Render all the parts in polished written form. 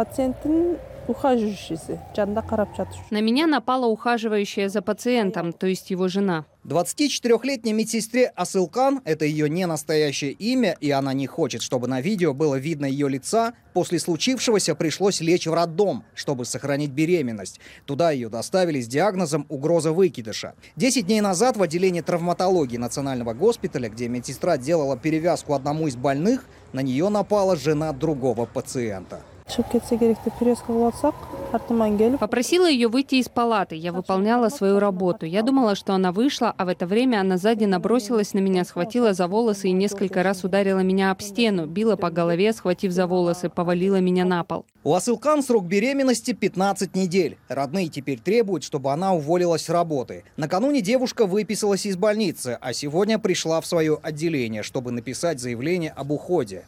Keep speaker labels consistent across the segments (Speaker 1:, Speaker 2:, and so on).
Speaker 1: Пациенттің ухаживающийся, жанында қарап жатыр.
Speaker 2: На меня напала ухаживающая за пациентом, то есть его жена.
Speaker 3: 24-летней медсестре Асылкан, это ее не настоящее имя, и она не хочет, чтобы на видео было видно ее лица, после случившегося пришлось лечь в роддом, чтобы сохранить беременность. Туда ее доставили с диагнозом угроза выкидыша. 10 дней назад в отделении травматологии Национального госпиталя, где медсестра делала перевязку одному из больных, на нее напала жена другого пациента.
Speaker 2: Попросила ее выйти из палаты. Я выполняла свою работу. Я думала, что она вышла, а в это время она сзади набросилась на меня, схватила за волосы и несколько раз ударила меня об стену, била по голове, схватив за волосы, повалила меня на пол.
Speaker 3: У Асылкан срок беременности 15 недель. Родные теперь требуют, чтобы она уволилась с работы. Накануне девушка выписалась из больницы, а сегодня пришла в свое отделение, чтобы написать заявление об уходе.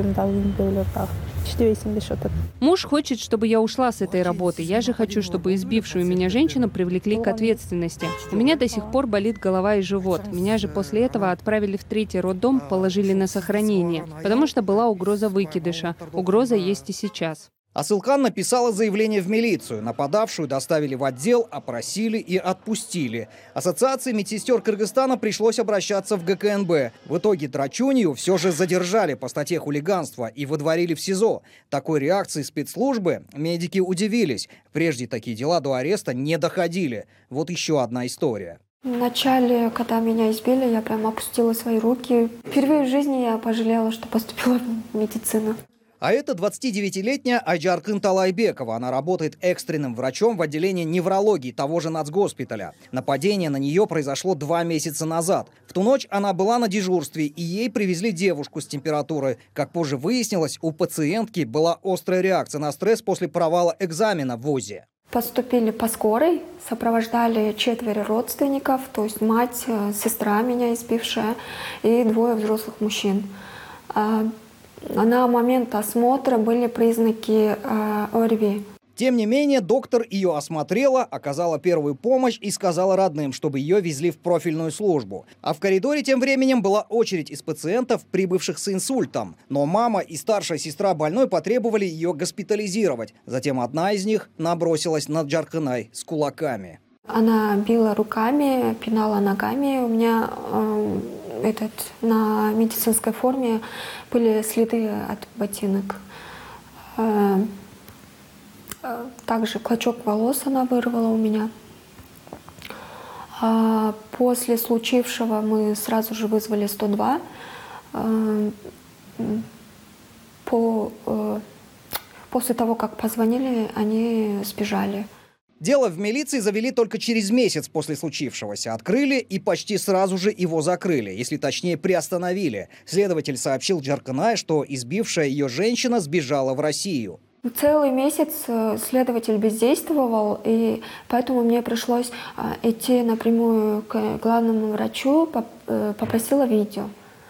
Speaker 2: Муж хочет, чтобы я ушла с этой работы. Я же хочу, чтобы избившую меня женщину привлекли к ответственности. У меня до сих пор болит голова и живот. Меня же после этого отправили в 3-й роддом, положили на сохранение, потому что была угроза выкидыша. Угроза есть и сейчас.
Speaker 3: Асылкан написала заявление в милицию. Нападавшую доставили в отдел, опросили и отпустили. Ассоциации медсестер Кыргызстана пришлось обращаться в ГКНБ. В итоге драчунью все же задержали по статье хулиганства и выдворили в СИЗО. Такой реакции спецслужбы медики удивились. Прежде такие дела до ареста не доходили. Вот еще одна история.
Speaker 4: Вначале, когда меня избили, я прям опустила свои руки. Впервые в жизни я пожалела, что поступила в медицину.
Speaker 3: А это 29-летняя Айджаркын Талайбекова. Она работает экстренным врачом в отделении неврологии того же нацгоспиталя. Нападение на нее произошло 2 месяца назад. В ту ночь она была на дежурстве, и ей привезли девушку с температурой. Как позже выяснилось, у пациентки была острая реакция на стресс после провала экзамена в ВУЗе.
Speaker 4: Поступили по скорой, сопровождали 4 родственников, то есть мать, сестра меня избившая и 2 взрослых мужчин. На момент осмотра были признаки ОРВИ.
Speaker 3: Тем не менее, доктор ее осмотрела, оказала первую помощь и сказала родным, чтобы ее везли в профильную службу. А в коридоре тем временем была очередь из пациентов, прибывших с инсультом. Но мама и старшая сестра больной потребовали ее госпитализировать. Затем одна из них набросилась на Джаркынай с кулаками.
Speaker 4: Она била руками, пинала ногами. У меня на медицинской форме были следы от ботинок. Также клочок волос она вырвала у меня. После случившего мы сразу же вызвали 102. После того, как позвонили, они сбежали.
Speaker 3: Дело в милиции завели только через месяц после случившегося. Открыли и почти сразу же его закрыли, если точнее приостановили. Следователь сообщил Джаркынай, что избившая ее женщина сбежала в Россию.
Speaker 4: Целый месяц следователь бездействовал, и поэтому мне пришлось идти напрямую к главному врачу, попросила видео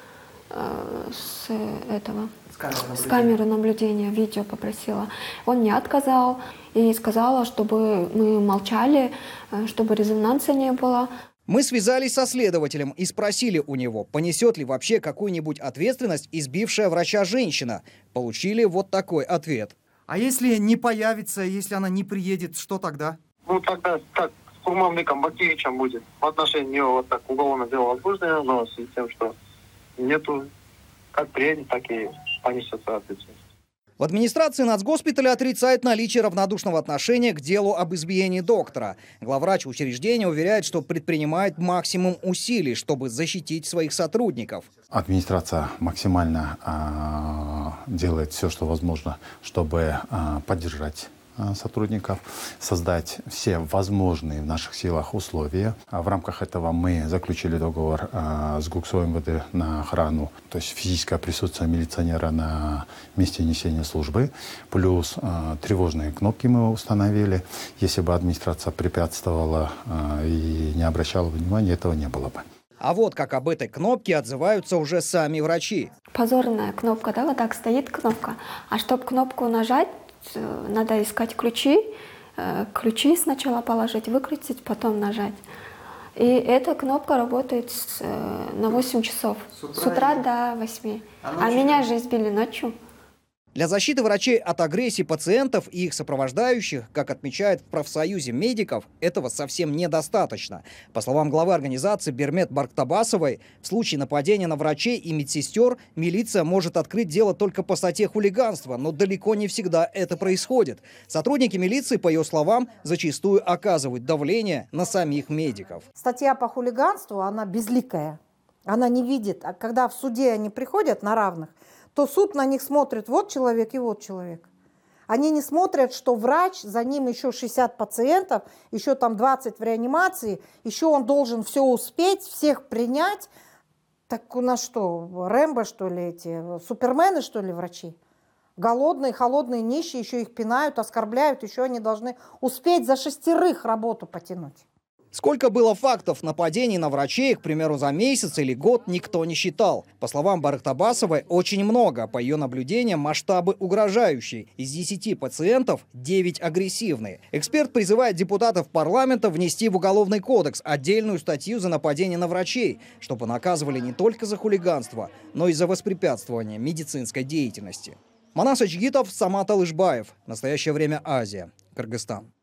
Speaker 4: с камеры наблюдения, видео попросила. Он не отказал и сказала, чтобы мы молчали, чтобы резонанса не было.
Speaker 3: Мы связались со следователем и спросили у него, понесет ли вообще какую-нибудь ответственность избившая врача женщина. Получили вот такой ответ.
Speaker 5: А если не появится, если она не приедет, что тогда?
Speaker 6: Ну тогда так, с Курманбеком Бакевичем будет. В отношении него вот так уголовное дело возбуждено, но с тем, что нету, как приедет, так и понесется ответственность.
Speaker 3: В администрации нацгоспиталя отрицают наличие равнодушного отношения к делу об избиении доктора. Главврач учреждения уверяет, что предпринимает максимум усилий, чтобы защитить своих сотрудников.
Speaker 7: Администрация максимально делает все, что возможно, чтобы поддержать сотрудников, создать все возможные в наших силах условия. В рамках этого мы заключили договор с ГУКСО МВД на охрану, то есть физическое присутствие милиционера на месте несения службы, плюс тревожные кнопки мы установили. Если бы администрация препятствовала и не обращала внимания, этого не было бы.
Speaker 3: А вот как об этой кнопке отзываются уже сами врачи.
Speaker 4: Позорная кнопка, да, вот так стоит кнопка. А чтобы кнопку нажать, надо искать ключи. Ключи сначала положить, выкрутить, потом нажать. И эта кнопка работает на 8 часов. С утра до 8. А меня же избили ночью.
Speaker 3: Для защиты врачей от агрессии пациентов и их сопровождающих, как отмечают в профсоюзе медиков, этого совсем недостаточно. По словам главы организации Бермет Барктабасовой, в случае нападения на врачей и медсестер милиция может открыть дело только по статье хулиганства, но далеко не всегда это происходит. Сотрудники милиции, по ее словам, зачастую оказывают давление на самих медиков.
Speaker 8: Статья по хулиганству, она безликая. Она не видит. А когда в суде они приходят на равных, то суд на них смотрит, вот человек и вот человек. Они не смотрят, что врач, за ним еще 60 пациентов, еще там 20 в реанимации, еще он должен все успеть, всех принять. Так у нас что, Рэмбо, что ли, эти, супермены, что ли, врачи? Голодные, холодные, нищие, еще их пинают, оскорбляют, еще они должны успеть за 6 работу потянуть.
Speaker 3: Сколько было фактов нападений на врачей, к примеру, за месяц или год, никто не считал. По словам Барктабасовой, очень много. По ее наблюдениям, масштабы угрожающие. Из 10 пациентов 9 агрессивные. Эксперт призывает депутатов парламента внести в Уголовный кодекс отдельную статью за нападение на врачей, чтобы наказывали не только за хулиганство, но и за воспрепятствование медицинской деятельности. Манас Ачгитов, Самат Алышбаев. Настоящее время. Азия. Кыргызстан.